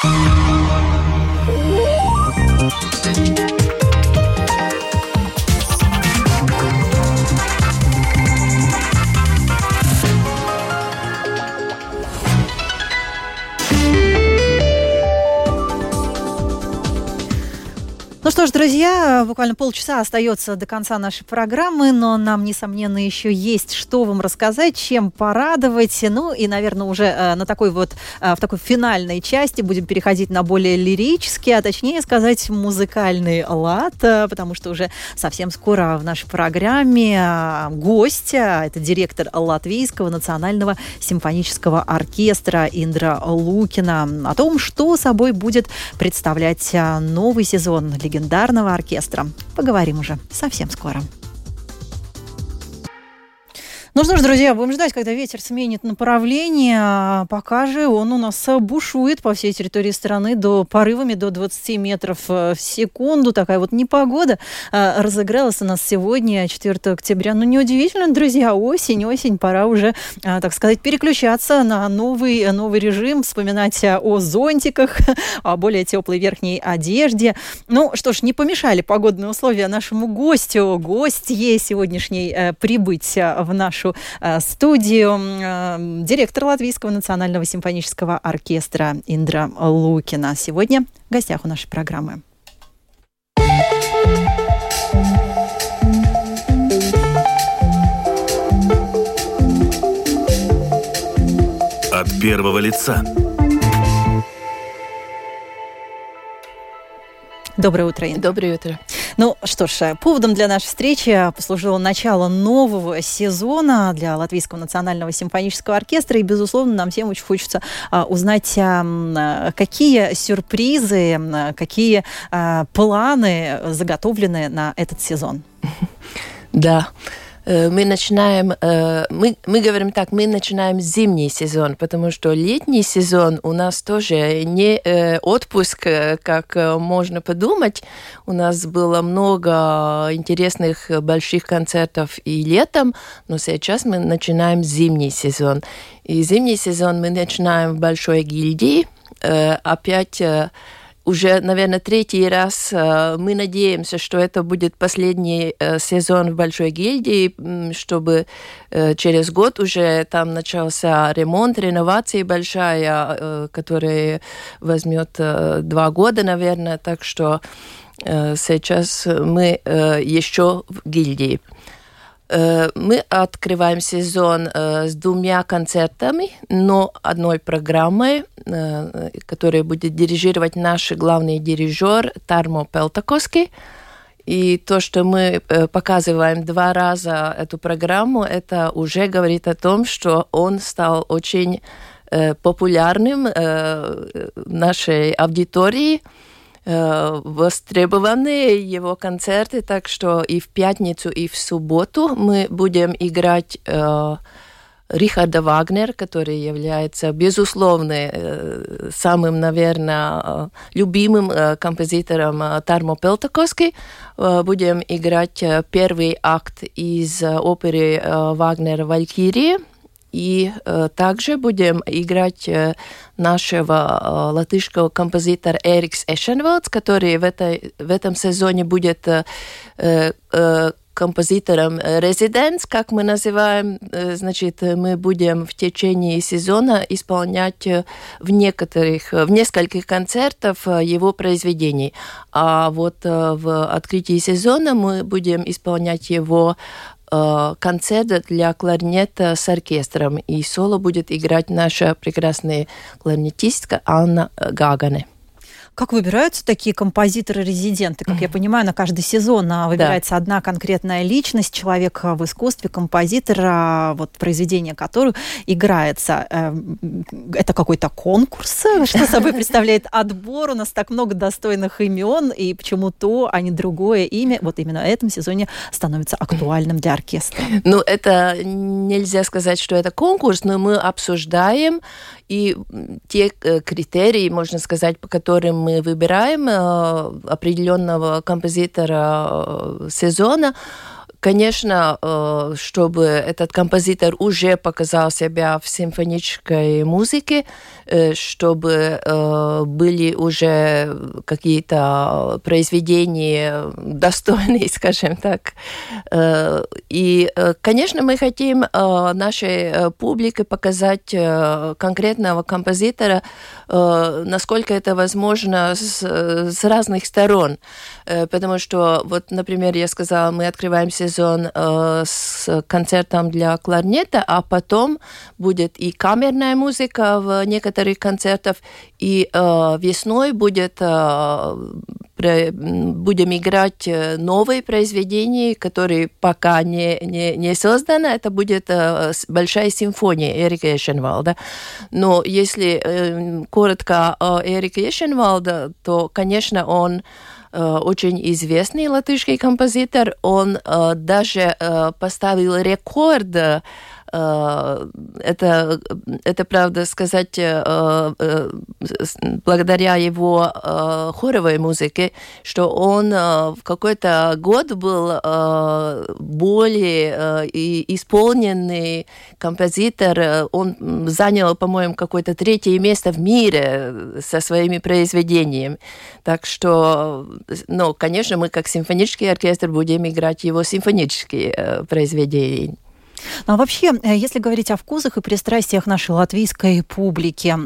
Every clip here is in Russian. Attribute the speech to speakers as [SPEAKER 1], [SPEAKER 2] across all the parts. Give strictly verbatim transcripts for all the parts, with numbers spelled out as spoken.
[SPEAKER 1] Ну что ж, друзья, буквально полчаса остается до конца нашей программы, но нам, несомненно, еще есть что вам рассказать, чем порадовать. Ну и, наверное, уже э, на такой вот, э, в такой финальной части будем переходить на более лирический, а точнее сказать, музыкальный лад, э, потому что уже совсем скоро в нашей программе э, гость, э, это директор Латвийского национального симфонического оркестра Индра Лукина. О том, что собой будет представлять э, новый сезон легендарного оркестра. Поговорим уже совсем скоро. Ну что ж, друзья, будем ждать, когда ветер сменит направление. Пока же он у нас бушует по всей территории страны до порывами до двадцати метров в секунду. Такая вот непогода разыгралась у нас сегодня, четвёртого октября. Ну, неудивительно, друзья, осень, осень, пора уже, так сказать, переключаться на новый, новый режим, вспоминать о зонтиках, о более теплой верхней одежде. Ну что ж, не помешали погодные условия нашему гостю, гостье сегодняшней прибыть в нашу студию, директор Латвийского национального симфонического оркестра Индра Лукина. Сегодня в гостях у нашей программы.
[SPEAKER 2] От первого лица.
[SPEAKER 1] Доброе утро, Инна.
[SPEAKER 3] Доброе утро.
[SPEAKER 1] Ну что ж, поводом для нашей встречи послужило начало нового сезона для Латвийского национального симфонического оркестра. И, безусловно, нам всем очень хочется а, узнать, а, какие сюрпризы, а, какие а, планы заготовлены на этот сезон.
[SPEAKER 3] Да. Мы начинаем, мы, мы говорим так, мы начинаем зимний сезон, потому что летний сезон у нас тоже не отпуск, как можно подумать. У нас было много интересных больших концертов и летом, но сейчас мы начинаем зимний сезон. И зимний сезон мы начинаем в Большой гильдии, опять уже, наверное, третий раз э, мы надеемся, что это будет последний э, сезон в Большой гильдии, чтобы э, через год уже там начался ремонт, реновация большая, э, которая возьмет э, два года, наверное. Так что э, сейчас мы э, еще в гильдии. Мы открываем сезон с двумя концертами, но одной программой, которую будет дирижировать наш главный дирижер Тармо Peltakoski. И то, что мы показываем два раза эту программу, это уже говорит о том, что он стал очень популярным в нашей аудитории. Востребованы его концерты, так что и в пятницу, и в субботу мы будем играть э, Рихарда Вагнера, который является, безусловно, э, самым, наверное, любимым э, композитором э, Тармо Peltakoski. Э, будем играть э, первый акт из э, оперы э, Вагнера «Валькирия». И э, также будем играть э, нашего э, латышского композитора Эрикс Эшенвалдс, который в, этой, в этом сезоне будет э, э, композитором резиденс, как мы называем. Э, значит, мы будем в течение сезона исполнять э, в некоторых, в нескольких концертах э, его произведений. А вот э, в открытии сезона мы будем исполнять его концерт для кларнета с оркестром. И соло будет играть наша прекрасная кларнетистка Анна Гагане.
[SPEAKER 1] Как выбираются такие композиторы-резиденты? Как я понимаю, на каждый сезон выбирается да. одна конкретная личность, человек в искусстве, композитор, вот произведение которого играется. Это какой-то конкурс? Что собой представляет отбор? У нас так много достойных имен, и почему то, а не другое имя вот именно в этом сезоне становится актуальным для оркестра? Ну, это нельзя сказать, что это конкурс, но мы обсуждаем, и те критерии, можно сказать, по которым мы выбираем определенного композитора сезона,
[SPEAKER 3] конечно, чтобы этот композитор уже показал себя в симфонической музыке, чтобы были уже какие-то произведения достойные, скажем так. И, конечно, мы хотим нашей публике показать конкретного композитора, насколько это возможно с, с разных сторон. Потому что, вот, например, я сказала, мы открываем сезон с концертом для кларнета, а потом будет и камерная музыка в некоторых концертах, и весной будет, будем играть новые произведения, которые пока не, не, не созданы. Это будет большая симфония Эрика Эшенвалда. Но если коротко о Эрике Эшенвалде, то, конечно, он очень известный латышский композитор. Он даже поставил рекорд. Это, это, правда сказать, благодаря его хоровой музыке, что он в какой-то год был более исполненный композитор. Он занял, по-моему, какое-то третье место в мире со своими произведениями. Так что, ну, конечно, мы как симфонический оркестр будем играть его симфонические произведения.
[SPEAKER 1] Ну, а вообще, если говорить о вкусах и пристрастиях нашей латвийской публики,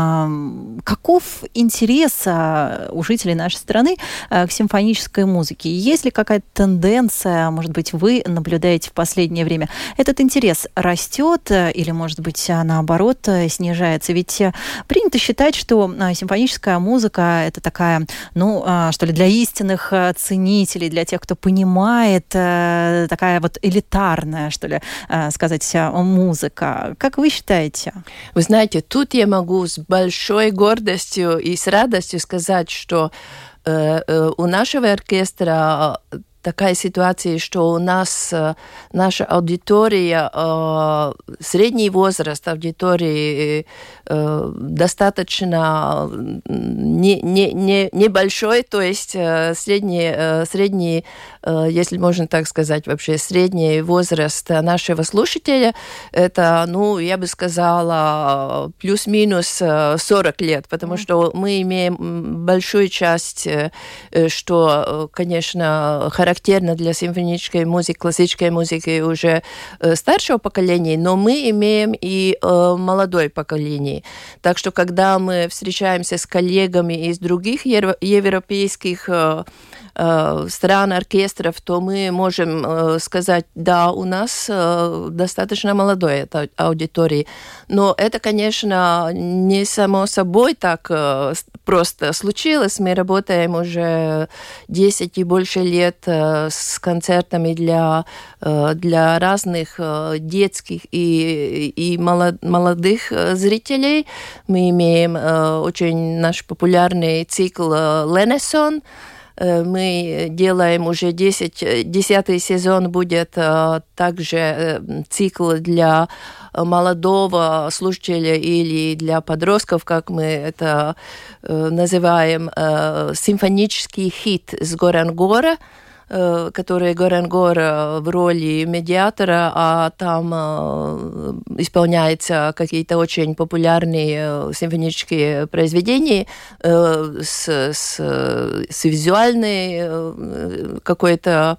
[SPEAKER 1] каков интерес у жителей нашей страны к симфонической музыке? Есть ли какая-то тенденция, может быть, вы наблюдаете в последнее время? Этот интерес растет или, может быть, наоборот, снижается? Ведь принято считать, что симфоническая музыка – это такая, ну, что ли, для истинных ценителей, для тех, кто понимает, такая вот элитарная, что ли, сказать, музыка. Как вы считаете?
[SPEAKER 3] Вы знаете, тут я могу с большой гордостью и с радостью сказать, что э, э, у нашего оркестра такая ситуация, что у нас э, наша аудитория, э, средний возраст аудитории э, достаточно не, не, не, небольшой, то есть э, средний, э, средний э, если можно так сказать, вообще средний возраст нашего слушателя, это, ну, я бы сказала, плюс-минус сорок лет, потому что мы имеем большую часть, э, что, конечно, характерно характерно для симфонической музыки, классической музыки уже э, старшего поколения, но мы имеем и э, молодое поколение. Так что, когда мы встречаемся с коллегами из других евро- европейских э, э, стран, оркестров, то мы можем э, сказать, да, у нас э, достаточно молодая аудитория. Но это, конечно, не само собой так э, просто случилось. Мы работаем уже десять и больше лет с концертами для, для разных детских и, и молодых зрителей. Мы имеем очень наш популярный цикл «Ленесон». Мы делаем уже десять, десятый сезон будет также цикл для молодого слушателя или для подростков, как мы это называем, симфонический хит с Горангора, который Горангор в роли медиатора, а там исполняются какие-то очень популярные симфонические произведения с, с, с визуальной какой-то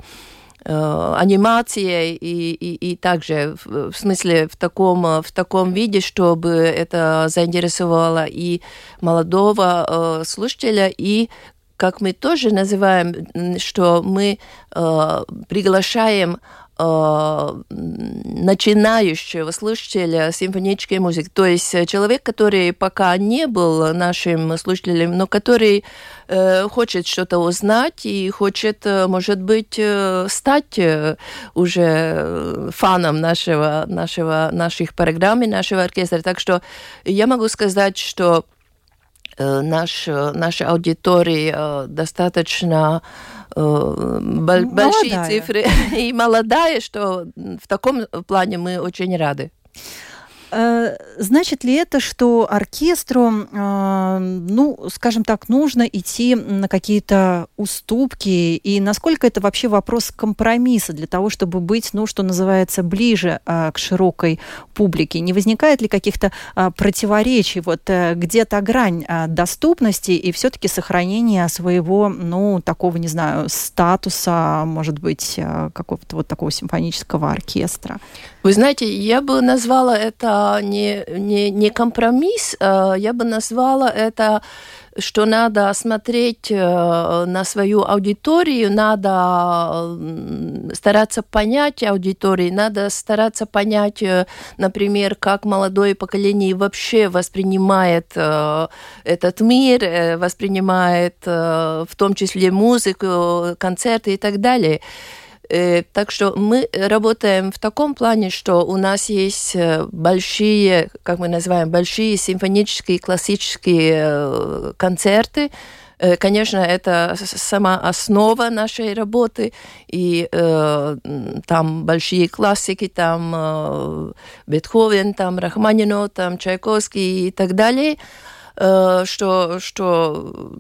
[SPEAKER 3] анимацией и, и, и также в, в смысле в таком, в таком виде, чтобы это заинтересовало и молодого слушателя, и как мы тоже называем, что мы э, приглашаем э, начинающего слушателя симфонической музыки, то есть человек, который пока не был нашим слушателем, но который э, хочет что-то узнать и хочет, может быть, стать уже фаном нашего, нашего, наших программ и нашего оркестра. Так что я могу сказать, что Наш, наша аудитория достаточно э, большие цифры и молодая, что в таком плане мы очень рады.
[SPEAKER 1] Значит ли это, что оркестру, ну, скажем так, нужно идти на какие-то уступки? И насколько это вообще вопрос компромисса для того, чтобы быть, ну, что называется, ближе к широкой публике? Не возникает ли каких-то противоречий? Вот где та грань доступности и все-таки сохранения своего, ну, такого, не знаю, статуса, может быть, какого-то вот такого симфонического оркестра?
[SPEAKER 3] Вы знаете, я бы назвала это не, не, не компромисс, я бы назвала это, что надо смотреть на свою аудиторию, надо стараться понять аудиторию, надо стараться понять, например, как молодое поколение вообще воспринимает этот мир, воспринимает в том числе музыку, концерты и так далее. Так что мы работаем в таком плане, что у нас есть большие, как мы называем, большие симфонические классические концерты. Конечно, это сама основа нашей работы, и э, там большие классики, там э, Бетховен, там Рахманинов, там Чайковский и так далее. Что, что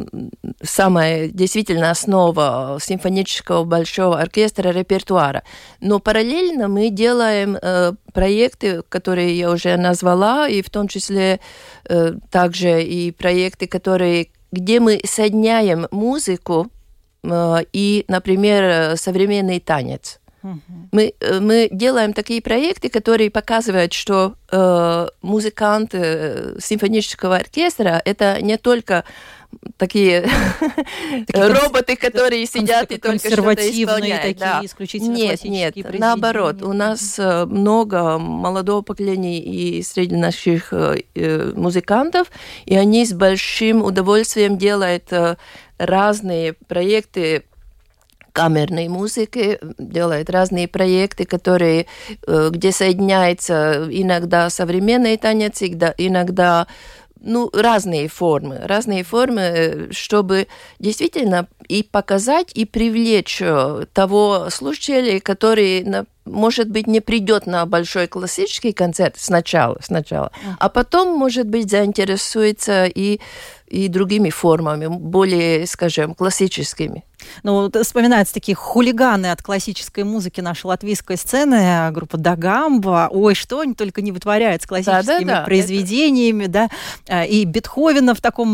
[SPEAKER 3] самая действительно основа симфонического большого оркестра репертуара. Но параллельно мы делаем э, проекты, которые я уже назвала, и в том числе э, также и проекты, которые, где мы соединяем музыку э, и, например, современный танец. Uh-huh. Мы, мы делаем такие проекты, которые показывают, что э, музыканты симфонического оркестра — это не только такие, такие роботы, которые конс- сидят и только что-то исполняют.
[SPEAKER 1] Такие
[SPEAKER 3] да.
[SPEAKER 1] исключительно
[SPEAKER 3] нет, нет, наоборот. У нас много молодого поколения и среди наших э, музыкантов, и они с большим удовольствием делают э, разные проекты камерной музыки, делает разные проекты, которые, где соединяется иногда современный танец, иногда ну, разные формы, разные формы, чтобы действительно и показать, и привлечь того слушателя, который, может быть, не придет на большой классический концерт сначала, сначала, а потом, может быть, заинтересуется и, и другими формами, более, скажем, классическими.
[SPEAKER 1] Ну, вспоминаются такие хулиганы от классической музыки нашей латвийской сцены, группа Дагамба. Ой, что они только не вытворяют с классическими да, да, да. произведениями, это... да, и Бетховена в таком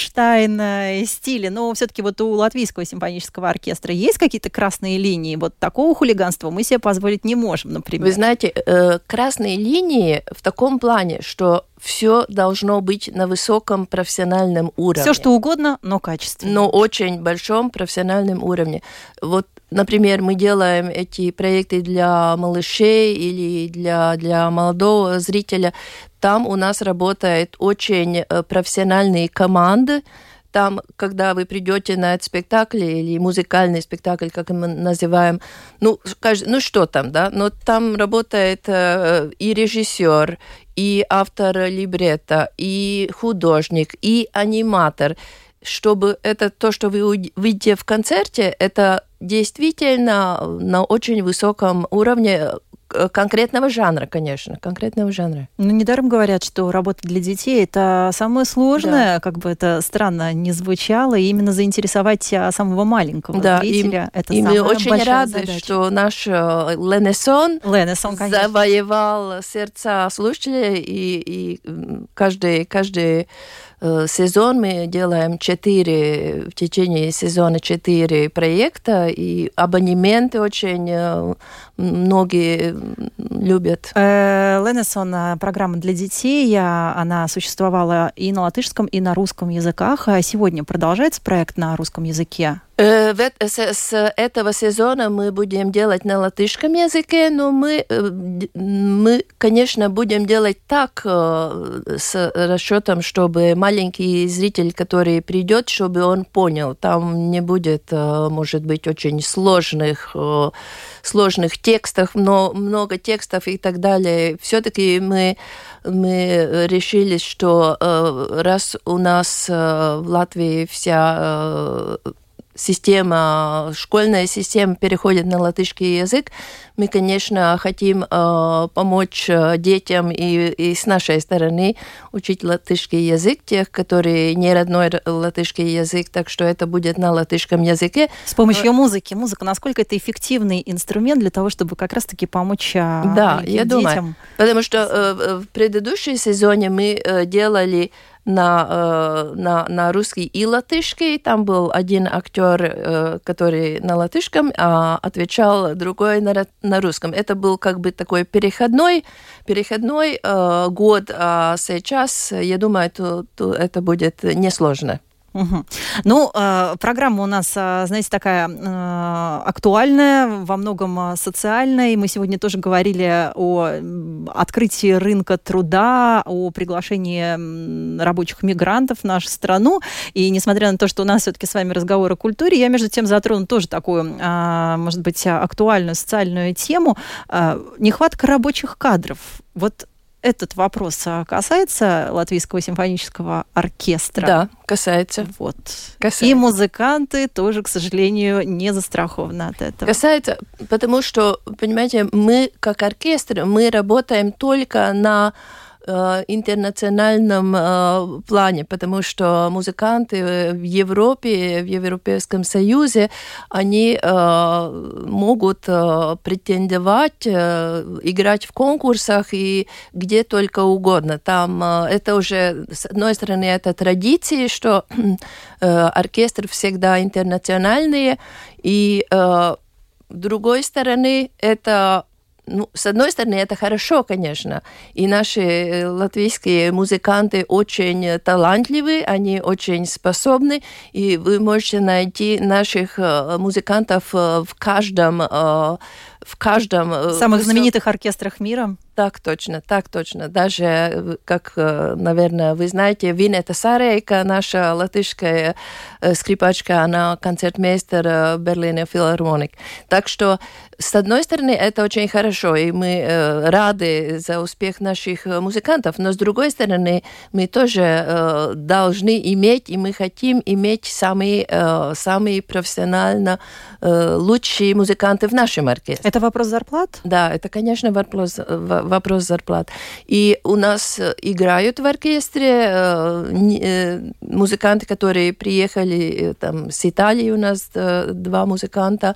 [SPEAKER 1] Рамштайн стиле. Но все-таки вот у Латвийского симфонического оркестра есть какие-то красные линии? Вот такого хулиганства мы себе позволить не можем, например.
[SPEAKER 3] Вы знаете, красные линии в таком плане, что все должно быть на высоком профессиональном уровне.
[SPEAKER 1] Все что угодно, но качественно.
[SPEAKER 3] Но очень большом профессиональном уровне. Вот, например, мы делаем эти проекты для малышей или для, для молодого зрителя. Там у нас работают очень профессиональные команды. Там, когда вы придете на этот спектакль или музыкальный спектакль, как мы называем, ну, ну что там, да, но там работает э, и режиссер, и автор либретто, и художник, и аниматор, чтобы это то, что вы видите в концерте, это действительно на очень высоком уровне конкретного жанра, конечно, конкретного жанра.
[SPEAKER 1] Ну, недаром говорят, что работа для детей – это самое сложное, да. Как бы это странно ни звучало, и именно заинтересовать самого маленького да, зрителя – это
[SPEAKER 3] и
[SPEAKER 1] самая
[SPEAKER 3] мы очень
[SPEAKER 1] большая
[SPEAKER 3] рады,
[SPEAKER 1] задача.
[SPEAKER 3] Что наш Ленесон,
[SPEAKER 1] Ленесон
[SPEAKER 3] завоевал сердца слушателей, и, и каждый, каждый сезон мы делаем четыре, в течение сезона четыре проекта, и абонементы очень многие любят.
[SPEAKER 1] Ленесон, программа для детей, она существовала и на латышском, и на русском языках. А сегодня продолжается проект на русском языке?
[SPEAKER 3] С этого сезона мы будем делать на латышском языке, но мы, мы, конечно, будем делать так, с расчетом, чтобы маленький зритель, который придет, чтобы он понял. Там не будет, может быть, очень сложных, сложных текстов, но много текстов и так далее. Все-таки мы, мы решили, что раз у нас в Латвии вся система, школьная система переходит на латышский язык, мы, конечно, хотим э, помочь детям и, и с нашей стороны учить латышский язык, тех, которые не родной латышский язык, так что это будет на латышском языке.
[SPEAKER 1] С помощью музыки. Музыка, насколько это эффективный инструмент для того, чтобы как раз-таки помочь
[SPEAKER 3] да,
[SPEAKER 1] детям?
[SPEAKER 3] Я думаю, потому что э, в предыдущем сезоне мы э, делали на, на, на русский и латышский. Там был один актер, который на латышском, а отвечал другой на, на русском. Это был как бы такой переходной, переходной э, год, а сейчас, я думаю, то, то это будет несложно.
[SPEAKER 1] Угу. Ну, э, программа у нас, э, знаете, такая э, актуальная, во многом социальная. И мы сегодня тоже говорили о открытии рынка труда, о приглашении рабочих мигрантов в нашу страну. И несмотря на то, что у нас все-таки с вами разговор о культуре, я, между тем, затрону тоже такую, э, может быть, актуальную социальную тему. Э, нехватка рабочих кадров. Вот этот вопрос касается Латвийского симфонического оркестра?
[SPEAKER 3] Да, касается.
[SPEAKER 1] Вот.
[SPEAKER 3] Касается.
[SPEAKER 1] И музыканты тоже, к сожалению, не застрахованы от этого.
[SPEAKER 3] Касается, потому что, понимаете, мы, как оркестр, мы работаем только на интернациональном э, плане, потому что музыканты в Европе, в Европейском Союзе, они э, могут э, претендовать, э, играть в конкурсах и где только угодно. Там э, это уже, с одной стороны, это традиции, что э, оркестр всегда интернациональный, и э, с другой стороны, это Ну, с одной стороны, это хорошо, конечно, и наши латвийские музыканты очень талантливы, они очень способны, и вы можете найти наших музыкантов в каждом, в каждом...
[SPEAKER 1] самых знаменитых оркестрах мира.
[SPEAKER 3] Так точно, так точно. Даже, как, наверное, вы знаете, Винета Сарейка, наша латышская скрипачка, она концертмейстер Берлина Филармоник. Так что, с одной стороны, это очень хорошо, и мы рады за успех наших музыкантов, но с другой стороны, мы тоже должны иметь, и мы хотим иметь самые, самые профессионально лучшие музыканты в нашем оркестре.
[SPEAKER 1] Это вопрос зарплат?
[SPEAKER 3] Да, это, конечно, вопрос, вопрос зарплат. И у нас играют в оркестре музыканты, которые приехали там, с Италии, у нас два музыканта,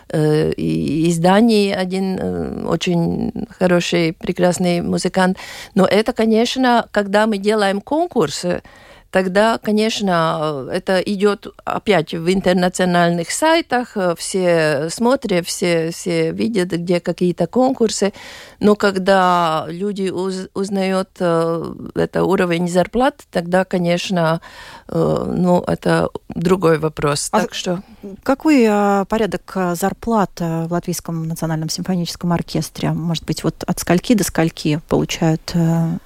[SPEAKER 3] и из Дании один очень хороший, прекрасный музыкант. Но это, конечно, когда мы делаем конкурсы, тогда, конечно, это идет опять в интернациональных сайтах, все смотрят, все, все видят, где какие-то конкурсы, но когда люди уз, узнают это уровень зарплат, тогда, конечно, ну, это другой вопрос.
[SPEAKER 1] А
[SPEAKER 3] так что...
[SPEAKER 1] Какой порядок зарплат в Латвийском национальном симфоническом оркестре? Может быть, вот от скольки до скольки получают...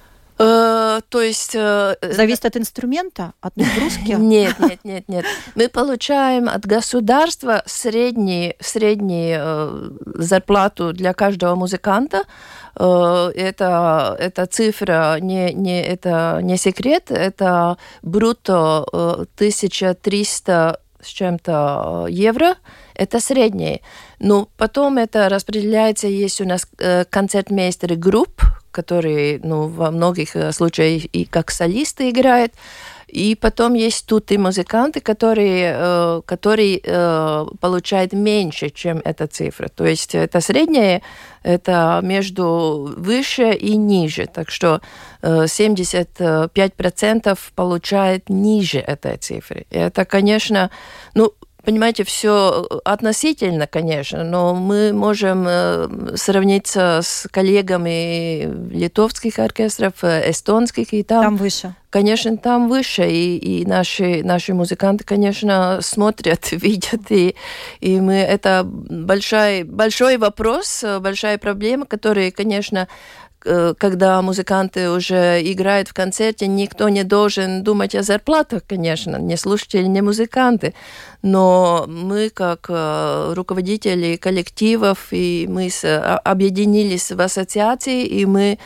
[SPEAKER 3] Uh, то есть... Uh,
[SPEAKER 1] Зависит от инструмента, от нагрузки?
[SPEAKER 3] Нет, нет, нет, нет. Мы получаем от государства средний, среднюю uh, зарплату для каждого музыканта. Uh, это, это цифра, не, не, это не секрет, это брутто uh, тысяча триста с чем-то евро. Это среднее. Но потом это распределяется, есть у нас uh, концертмейстеры групп, которые, ну, во многих случаях и как солисты играют. И потом есть тут и музыканты, которые, которые получают меньше, чем эта цифра. То есть это среднее, это между выше и ниже. Так что семьдесят пять процентов получает ниже этой цифры. И это, конечно, ну, понимаете, все относительно, конечно, но мы можем сравниться с коллегами литовских оркестров, эстонских, и там...
[SPEAKER 1] Там выше.
[SPEAKER 3] Конечно, там выше, и, и наши, наши музыканты, конечно, смотрят, видят, и, и мы, это большой, большой вопрос, большая проблема, которая, конечно, когда музыканты уже играют в концерте, никто не должен думать о зарплатах, конечно, не слушатели, не музыканты, но мы, как руководители коллективов, и мы объединились в ассоциации, и мы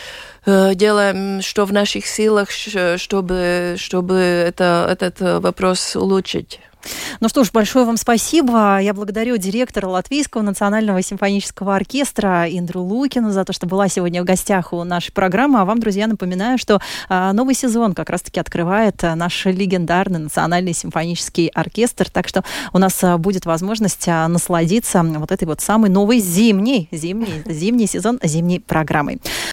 [SPEAKER 3] делаем, что в наших силах, чтобы, чтобы это, этот вопрос улучшить.
[SPEAKER 1] Ну что ж, большое вам спасибо. Я благодарю директора Латвийского национального симфонического оркестра Индру Лукину за то, что была сегодня в гостях у нашей программы. А вам, друзья, напоминаю, что а, новый сезон как раз-таки открывает а, наш легендарный национальный симфонический оркестр. Так что у нас а, будет возможность а, насладиться вот этой вот самой новой зимней, зимней, зимний сезон зимней программой.